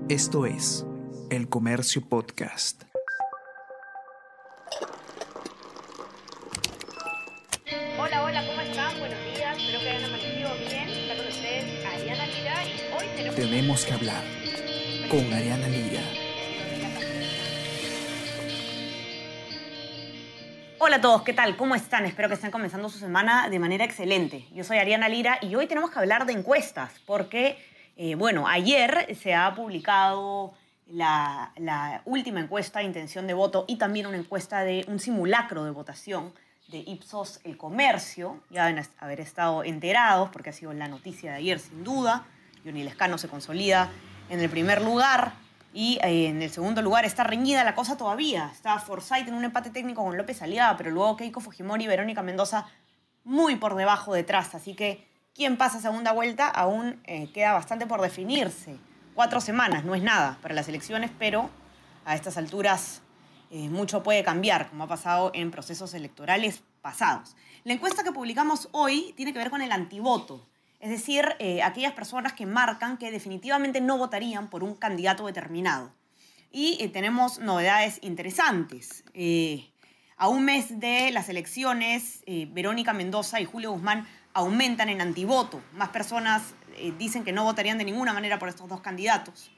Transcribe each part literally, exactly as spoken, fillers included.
Esto es El Comercio Podcast. Hola, hola, ¿cómo están? Buenos días, espero que hayan amanecido bien. Está con ustedes Ariana Lira y hoy tenemos... Tenemos que hablar con Ariana Lira. Hola a todos, ¿qué tal? ¿Cómo están? Espero que estén comenzando su semana de manera excelente. Yo soy Ariana Lira y hoy tenemos que hablar de encuestas porque, eh, bueno, ayer se ha publicado la, la última encuesta de intención de voto y también una encuesta de un simulacro de votación de Ipsos El Comercio. Ya deben haber estado enterados porque ha sido la noticia de ayer sin duda. Johnny Lescano se consolida en el primer lugar. Y eh, en el segundo lugar está reñida la cosa todavía. Está Forsyth en un empate técnico con López Aliaga, pero luego Keiko Fujimori y Verónica Mendoza muy por debajo detrás. Así que quién pasa a segunda vuelta aún eh, queda bastante por definirse. Cuatro semanas, no es nada para las elecciones, pero a estas alturas eh, mucho puede cambiar, como ha pasado en procesos electorales pasados. La encuesta que publicamos hoy tiene que ver con el antivoto. Es decir, eh, aquellas personas que marcan que definitivamente no votarían por un candidato determinado. Y eh, tenemos novedades interesantes. Eh, a un mes de las elecciones, eh, Verónica Mendoza y Julio Guzmán aumentan en antivoto. Más personas eh, dicen que no votarían de ninguna manera por estos dos candidatos.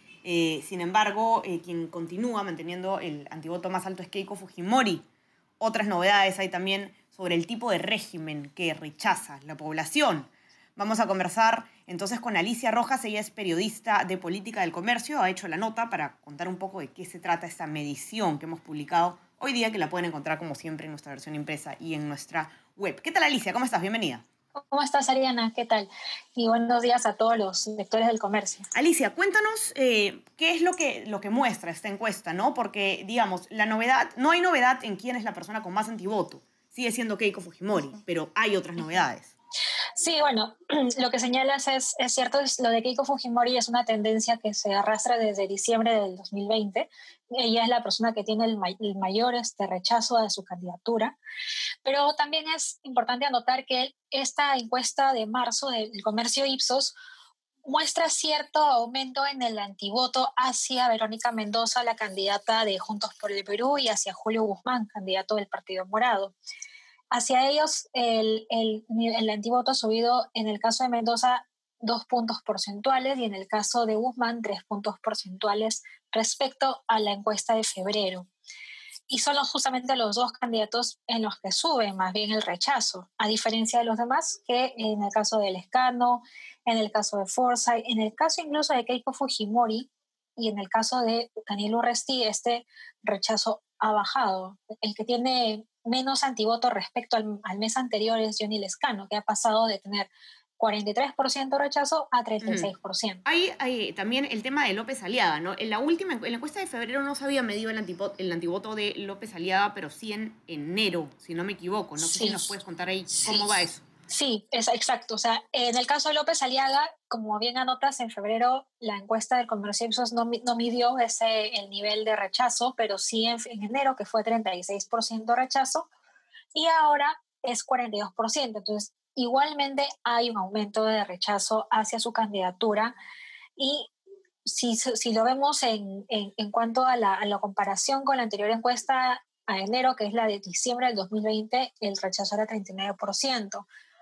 Eh, sin embargo, eh, quien continúa manteniendo el antivoto más alto es Keiko Fujimori. Otras novedades hay también sobre el tipo de régimen que rechaza la población. Vamos a conversar entonces con Alicia Rojas, ella es periodista de política del comercio, ha hecho la nota para contar un poco de qué se trata esta medición que hemos publicado hoy día, que la pueden encontrar como siempre en nuestra versión impresa y en nuestra web. ¿Qué tal, Alicia? ¿Cómo estás? Bienvenida. ¿Cómo estás, Ariana? ¿Qué tal? Y buenos días a todos los lectores del comercio. Alicia, cuéntanos eh, qué es lo que, lo que muestra esta encuesta, ¿no? Porque, digamos, la novedad, no hay novedad en quién es la persona con más antivoto. Sigue siendo Keiko Fujimori, pero hay otras novedades. Sí, bueno, lo que señalas es, es cierto, es lo de Keiko Fujimori es una tendencia que se arrastra desde diciembre del dos mil veinte. Ella es la persona que tiene el, may, el mayor este, rechazo de su candidatura. Pero también es importante anotar que esta encuesta de marzo del comercio Ipsos muestra cierto aumento en el antivoto hacia Verónica Mendoza, la candidata de Juntos por el Perú, y hacia Julio Guzmán, candidato del Partido Morado. Hacia ellos, el, el, el antivoto ha subido, en el caso de Mendoza, dos puntos porcentuales y en el caso de Guzmán, tres puntos porcentuales respecto a la encuesta de febrero. Y son los, justamente los dos candidatos en los que sube más bien el rechazo, a diferencia de los demás, que en el caso de Lescano, en el caso de Forsyth, en el caso incluso de Keiko Fujimori y en el caso de Daniel Urresti, este rechazo ha bajado. El que tiene menos antivoto respecto al, al mes anterior es Johnny Lescano, que ha pasado de tener cuarenta y tres por ciento rechazo a treinta y seis por ciento. Mm. Hay, hay también el tema de López Aliaga, ¿no? En la última, en la encuesta de febrero no se había medido el, antivoto, el antivoto de López Aliaga, pero sí en enero, si no me equivoco. No sé sí. si nos puedes contar ahí sí. cómo va eso. Sí, es exacto. O sea, en el caso de López Aliaga, como bien anotas, en febrero la encuesta del comercio Ipsos no, no midió ese, el nivel de rechazo, pero sí en, en enero, que fue treinta y seis por ciento rechazo, y ahora es cuarenta y dos por ciento. Entonces, igualmente hay un aumento de rechazo hacia su candidatura y si, si lo vemos en, en, en cuanto a la, a la comparación con la anterior encuesta a enero, que es la de diciembre del dos mil veinte, el rechazo era treinta y nueve por ciento.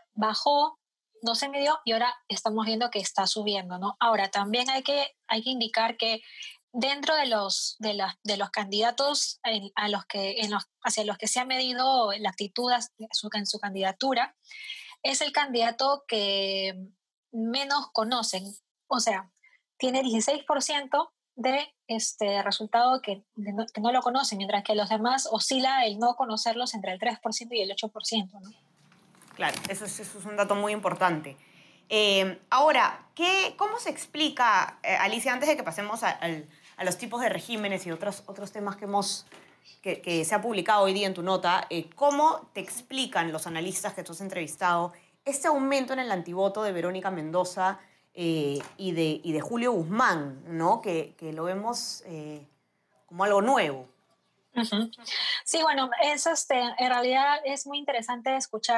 Bajó, no se midió y ahora estamos viendo que está subiendo, ¿no? Ahora, también hay que, hay que indicar que dentro de los, de la, de los candidatos en, a los que, en los, hacia los que se ha medido la actitud en su, en su candidatura, es el candidato que menos conocen. O sea, tiene dieciséis por ciento de este resultado que, de no, que no lo conocen, mientras que los demás oscila el no conocerlos entre el tres por ciento y el ocho por ciento, ¿no? Claro, eso es, eso es un dato muy importante. Eh, ahora, ¿qué, ¿cómo se explica, eh, Alicia, antes de que pasemos a, a, a los tipos de regímenes y otros, otros temas que, hemos, que, que se ha publicado hoy día en tu nota, eh, cómo te explican los analistas que tú has entrevistado este aumento en el antivoto de Verónica Mendoza eh, y, de, y de Julio Guzmán, ¿no? que, que lo vemos eh, como algo nuevo? Uh-huh. Sí, bueno, es este, en realidad es muy interesante escuchar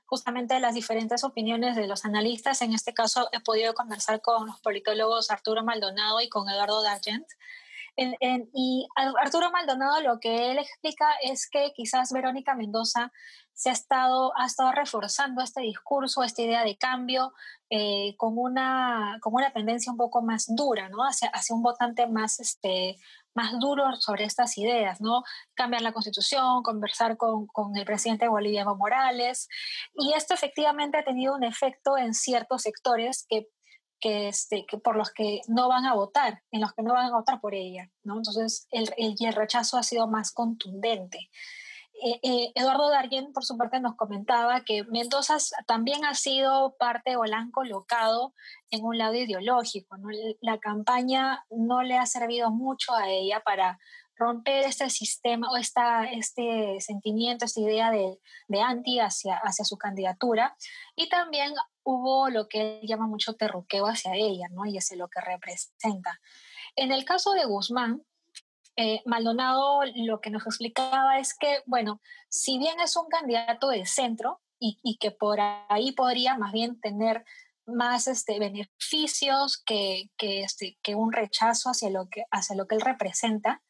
justamente las diferentes opiniones de los analistas. En este caso he podido conversar con los politólogos Arturo Maldonado y con Eduardo Dargent. En, en, y Arturo Maldonado lo que él explica es que quizás Verónica Mendoza se ha estado, ha estado reforzando este discurso, esta idea de cambio, eh, con, una, con una tendencia un poco más dura, ¿no? Hacia, hacia un votante más, este, más duro sobre estas ideas, ¿no? Cambiar la Constitución, conversar con, con el presidente Bolivia, Evo Morales. Y esto efectivamente ha tenido un efecto en ciertos sectores que que, este, que por los que no van a votar, en los que no van a votar por ella, ¿no? Entonces el, el, el rechazo ha sido más contundente. Eh, eh, Eduardo Dargent, por su parte, nos comentaba que Mendoza también ha sido parte o la han colocado en un lado ideológico, ¿no? La campaña no le ha servido mucho a ella para romper este sistema o esta, este sentimiento, esta idea de, de anti hacia, hacia su candidatura, y también hubo lo que él llama mucho terruqueo hacia ella, ¿no? Y hacia lo que representa. En el caso de Guzmán, eh, Maldonado lo que nos explicaba es que, bueno, si bien es un candidato de centro y, y que por ahí podría más bien tener más este, beneficios que, que, este, que un rechazo hacia lo que, hacia lo que él representa,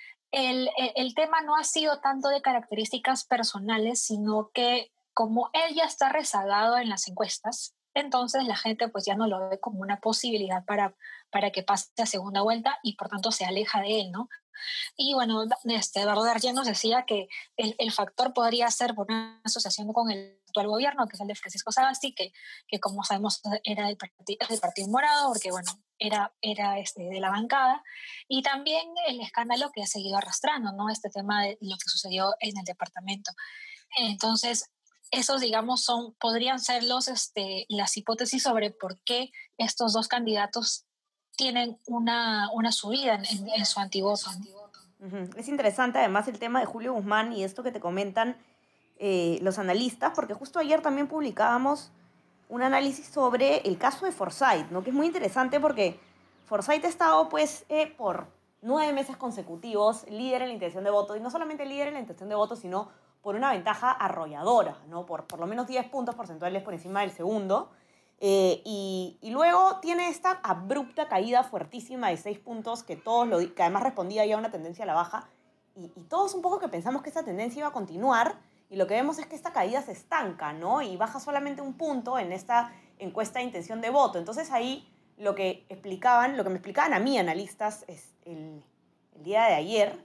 el, el, el tema no ha sido tanto de características personales, sino que como él ya está rezagado en las encuestas, entonces la gente pues ya no lo ve como una posibilidad para, para que pase a segunda vuelta y por tanto se aleja de él, ¿no? Y bueno, este, Eduardo Dargent nos decía que el, el factor podría ser por una asociación con el actual gobierno, que es el de Francisco Sagasti, que, que como sabemos era del Partido, del partido Morado, porque bueno, era, era este, de la bancada, y también el escándalo que ha seguido arrastrando, ¿no? Este tema de lo que sucedió en el departamento. Entonces, esos, digamos, son, podrían ser los, este, las hipótesis sobre por qué estos dos candidatos tienen una, una subida en, en, en su antivoto. Uh-huh. Es interesante además el tema de Julio Guzmán y esto que te comentan eh, los analistas, porque justo ayer también publicábamos un análisis sobre el caso de Forsyth, ¿no? Que es muy interesante porque Forsyth ha estado pues eh, por nueve meses consecutivos líder en la intención de voto, y no solamente líder en la intención de voto, sino por una ventaja arrolladora, ¿no? Por por lo menos diez puntos porcentuales por encima del segundo. Eh, y, y luego tiene esta abrupta caída fuertísima de seis puntos que, todos lo, que además respondía ya a una tendencia a la baja, y, y todos un poco que pensamos que esta tendencia iba a continuar, y lo que vemos es que esta caída se estanca, ¿no? Y baja solamente un punto en esta encuesta de intención de voto. Entonces ahí lo que explicaban, lo que me explicaban a mí analistas es el, el día de ayer,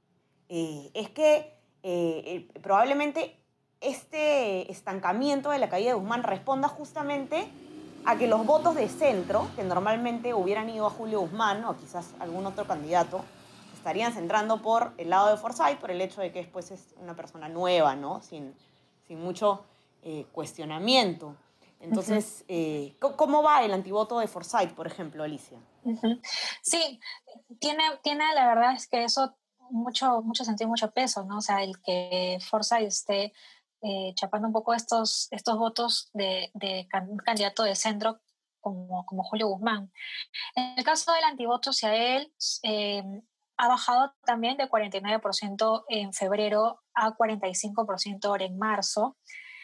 eh, es que eh, eh, probablemente este estancamiento de la caída de Guzmán responda justamente a que los votos de centro, que normalmente hubieran ido a Julio Guzmán o quizás algún otro candidato, estarían centrando por el lado de Forsyth, por el hecho de que después es una persona nueva, ¿no? Sin, sin mucho eh, cuestionamiento. Entonces, uh-huh. eh, ¿cómo va el antivoto de Forsyth, por ejemplo, Alicia? Uh-huh. Sí, tiene, tiene, la verdad es que eso mucho, mucho sentido, mucho peso, ¿no? O sea, el que Forsyth esté Eh, chapando un poco estos, estos votos de, de un candidato de centro como, como Julio Guzmán. En el caso del antivoto hacia él, eh, ha bajado también de cuarenta y nueve por ciento en febrero a cuarenta y cinco por ciento ahora en marzo.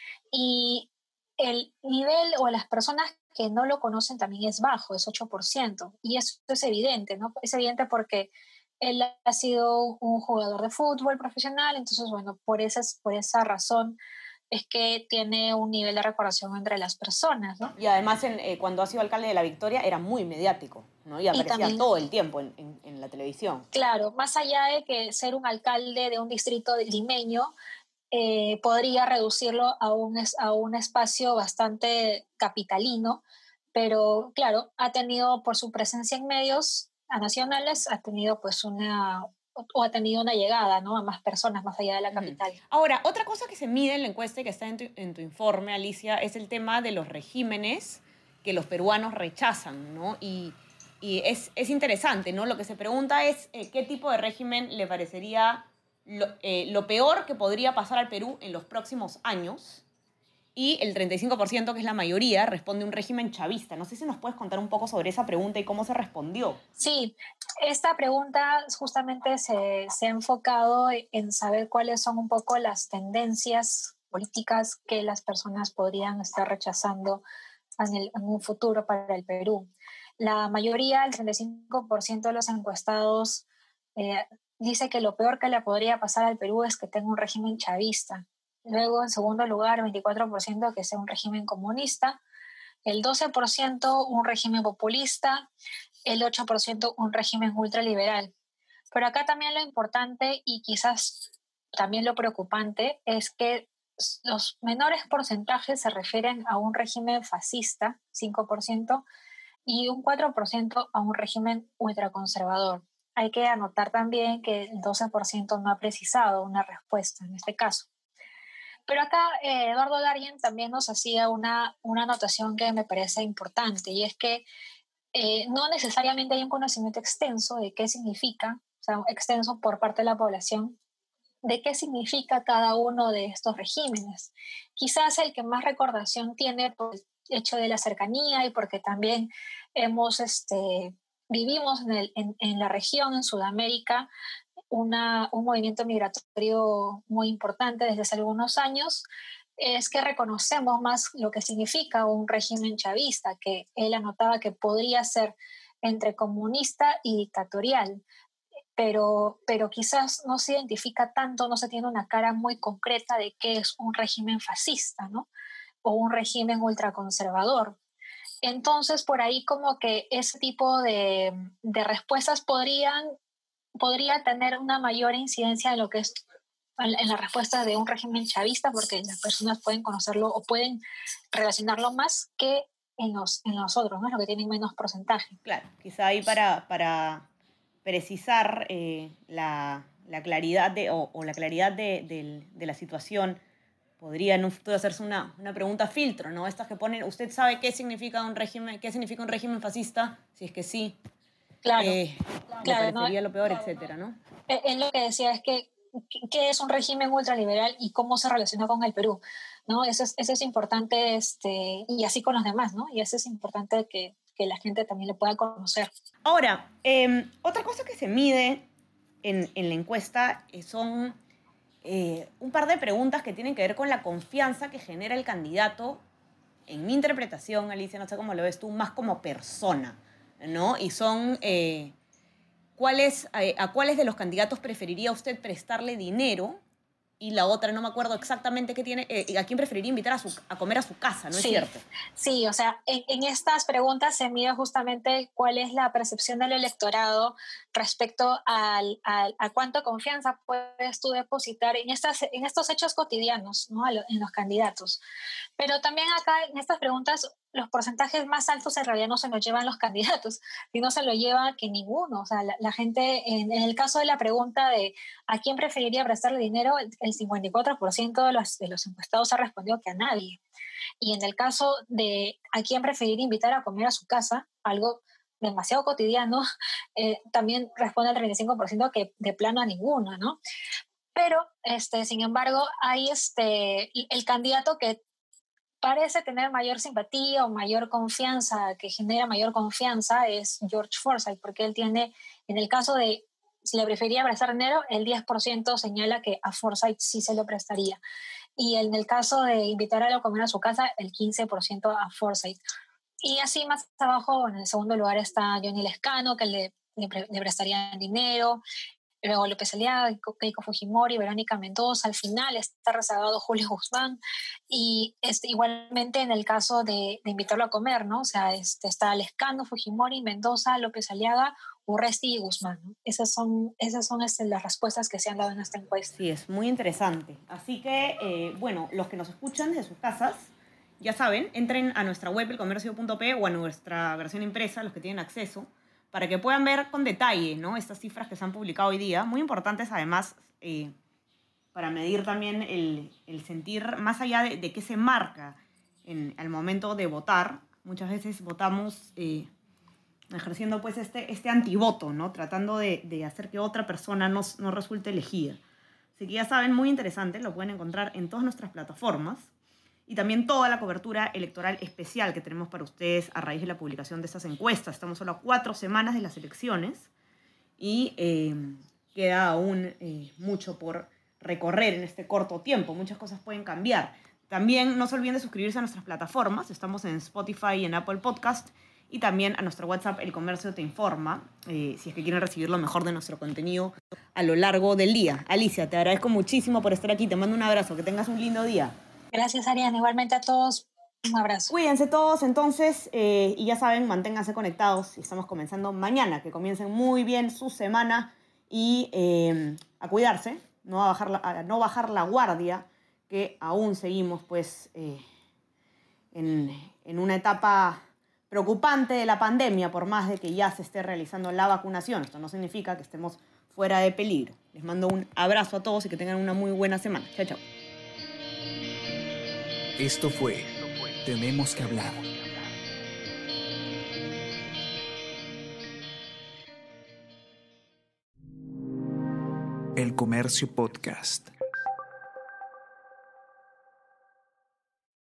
Y el nivel o las personas que no lo conocen también es bajo, es ocho por ciento. Y eso es evidente, ¿no? Es evidente porque él ha sido un jugador de fútbol profesional, entonces, bueno, por esa, por esa razón es que tiene un nivel de recordación entre las personas, ¿no? Y además, en, eh, cuando ha sido alcalde de La Victoria, era muy mediático, ¿no? Y aparecía y también, todo el tiempo en, en, en la televisión. Claro, más allá de que ser un alcalde de un distrito limeño, eh, podría reducirlo a un, a un espacio bastante capitalino, pero claro, ha tenido por su presencia en medios nacionales, ha tenido pues una, o ha tenido una llegada, ¿no? A más personas más allá de la capital. Ahora, otra cosa que se mide en la encuesta y que está en tu, en tu informe, Alicia, es el tema de los regímenes que los peruanos rechazan, ¿no? Y, y es, es interesante, ¿no? Lo que se pregunta es eh, qué tipo de régimen le parecería lo, eh, lo peor que podría pasar al Perú en los próximos años. Y el treinta y cinco por ciento, que es la mayoría, responde un régimen chavista. No sé si nos puedes contar un poco sobre esa pregunta y cómo se respondió. Sí, esta pregunta justamente se, se ha enfocado en saber cuáles son un poco las tendencias políticas que las personas podrían estar rechazando en, el, en un futuro para el Perú. La mayoría, el treinta y cinco por ciento de los encuestados, eh, dice que lo peor que le podría pasar al Perú es que tenga un régimen chavista. Luego, en segundo lugar, veinticuatro por ciento que sea un régimen comunista, el doce por ciento un régimen populista, el ocho por ciento un régimen ultraliberal. Pero acá también lo importante y quizás también lo preocupante es que los menores porcentajes se refieren a un régimen fascista, cinco por ciento, y un cuatro por ciento a un régimen ultraconservador. Hay que anotar también que el doce por ciento no ha precisado una respuesta en este caso. Pero acá eh, Eduardo Darien también nos hacía una, una anotación que me parece importante, y es que eh, no necesariamente hay un conocimiento extenso de qué significa, o sea, extenso por parte de la población, de qué significa cada uno de estos regímenes. Quizás el que más recordación tiene por el hecho de la cercanía y porque también hemos, este, vivimos en, el, en, en la región, en Sudamérica, una, un movimiento migratorio muy importante desde hace algunos años, es que reconocemos más lo que significa un régimen chavista, que él anotaba que podría ser entre comunista y dictatorial, pero, pero quizás no se identifica tanto, no se tiene una cara muy concreta de qué es un régimen fascista, ¿no? O un régimen ultraconservador. Entonces, por ahí como que ese tipo de, de respuestas podrían, podría tener una mayor incidencia en lo que es en la respuesta de un régimen chavista, porque las personas pueden conocerlo o pueden relacionarlo más que en los, en los otros, ¿no? Los que tienen menos porcentaje. Claro, quizá ahí para, para precisar eh, la, la claridad de, o, o la claridad de, de, de la situación, podría en un futuro hacerse una, una pregunta filtro, ¿no? Estas que ponen, ¿usted sabe qué significa un régimen, qué significa un régimen fascista? Si es que sí, claro, eh, claro, me parecería ¿no? lo peor, etcétera, ¿no? Él lo que decía es que qué es un régimen ultraliberal y cómo se relaciona con el Perú, ¿no? Eso es, eso es importante, este, y así con los demás, ¿no? Y eso es importante que, que la gente también lo pueda conocer. Ahora, eh, otra cosa que se mide en, en la encuesta son eh, un par de preguntas que tienen que ver con la confianza que genera el candidato, en mi interpretación, Alicia, no sé cómo lo ves tú, más como persona, ¿no? Y son... Eh, ¿Cuáles, eh, ¿A cuáles de los candidatos preferiría usted prestarle dinero? Y la otra, no me acuerdo exactamente qué tiene, eh, ¿a quién preferiría invitar a, su, a comer a su casa? ¿No es Sí, cierto? sí, o sea, en, en estas preguntas se mide justamente cuál es la percepción del electorado respecto al, al- a cuánta confianza puedes tú depositar en, estas, en estos hechos cotidianos, ¿no? A lo- en los candidatos. Pero también acá en estas preguntas los porcentajes más altos en realidad no se los llevan los candidatos, sino se lo lleva que ninguno. O sea, la, la gente, en, en el caso de la pregunta de a quién preferiría prestarle dinero, el, el cincuenta y cuatro por ciento de los, de los encuestados ha respondido que a nadie. Y en el caso de a quién preferir invitar a comer a su casa, algo demasiado cotidiano, eh, también responde el treinta y cinco por ciento que de plano a ninguno, ¿no? Pero, este, sin embargo, hay este, el candidato que parece tener mayor simpatía o mayor confianza, que genera mayor confianza, es George Forsyth, porque él tiene, en el caso de si le prefería prestar dinero, el diez por ciento señala que a Forsyth sí se lo prestaría. Y en el caso de invitar a comer a su casa, el quince por ciento a Forsyth. Y así más abajo, en el segundo lugar, está Johnny Lescano, que le, le, le prestaría dinero. Luego López Aliaga, Keiko Fujimori, Verónica Mendoza. Al final está rezagado Julio Guzmán. Y este, igualmente en el caso de, de invitarlo a comer, ¿no? O sea, este, está Lescano, Fujimori, Mendoza, López Aliaga, Urresti y Guzmán, ¿no? Esas son, esas son este, las respuestas que se han dado en esta encuesta. Sí, es muy interesante. Así que, eh, bueno, los que nos escuchan desde sus casas, ya saben, entren a nuestra web, elcomercio punto pe, o a nuestra versión impresa, los que tienen acceso, para que puedan ver con detalle, ¿no? Estas cifras que se han publicado hoy día, muy importantes además eh, para medir también el, el sentir, más allá de, de qué se marca en el momento de votar. Muchas veces votamos eh, ejerciendo pues este, este antivoto, ¿no? Tratando de, de hacer que otra persona no, no resulte elegida. Así que ya saben, muy interesante, lo pueden encontrar en todas nuestras plataformas. Y también toda la cobertura electoral especial que tenemos para ustedes a raíz de la publicación de estas encuestas. Estamos solo a cuatro semanas de las elecciones y eh, queda aún eh, mucho por recorrer en este corto tiempo. Muchas cosas pueden cambiar. También no se olviden de suscribirse a nuestras plataformas. Estamos en Spotify y en Apple Podcast. Y también a nuestro WhatsApp, El Comercio Te Informa, eh, si es que quieren recibir lo mejor de nuestro contenido a lo largo del día. Alicia, te agradezco muchísimo por estar aquí. Te mando un abrazo. Que tengas un lindo día. Gracias, Ariana. Igualmente a todos. Un abrazo. Cuídense todos, entonces. Eh, y ya saben, manténganse conectados. Estamos comenzando mañana. Que comiencen muy bien su semana. Y eh, a cuidarse. No a, bajar la, a no bajar la guardia. Que aún seguimos, pues, eh, en, en una etapa preocupante de la pandemia, por más de que ya se esté realizando la vacunación. Esto no significa que estemos fuera de peligro. Les mando un abrazo a todos y que tengan una muy buena semana. Chao, chao. Esto fue Tenemos que hablar. El Comercio Podcast.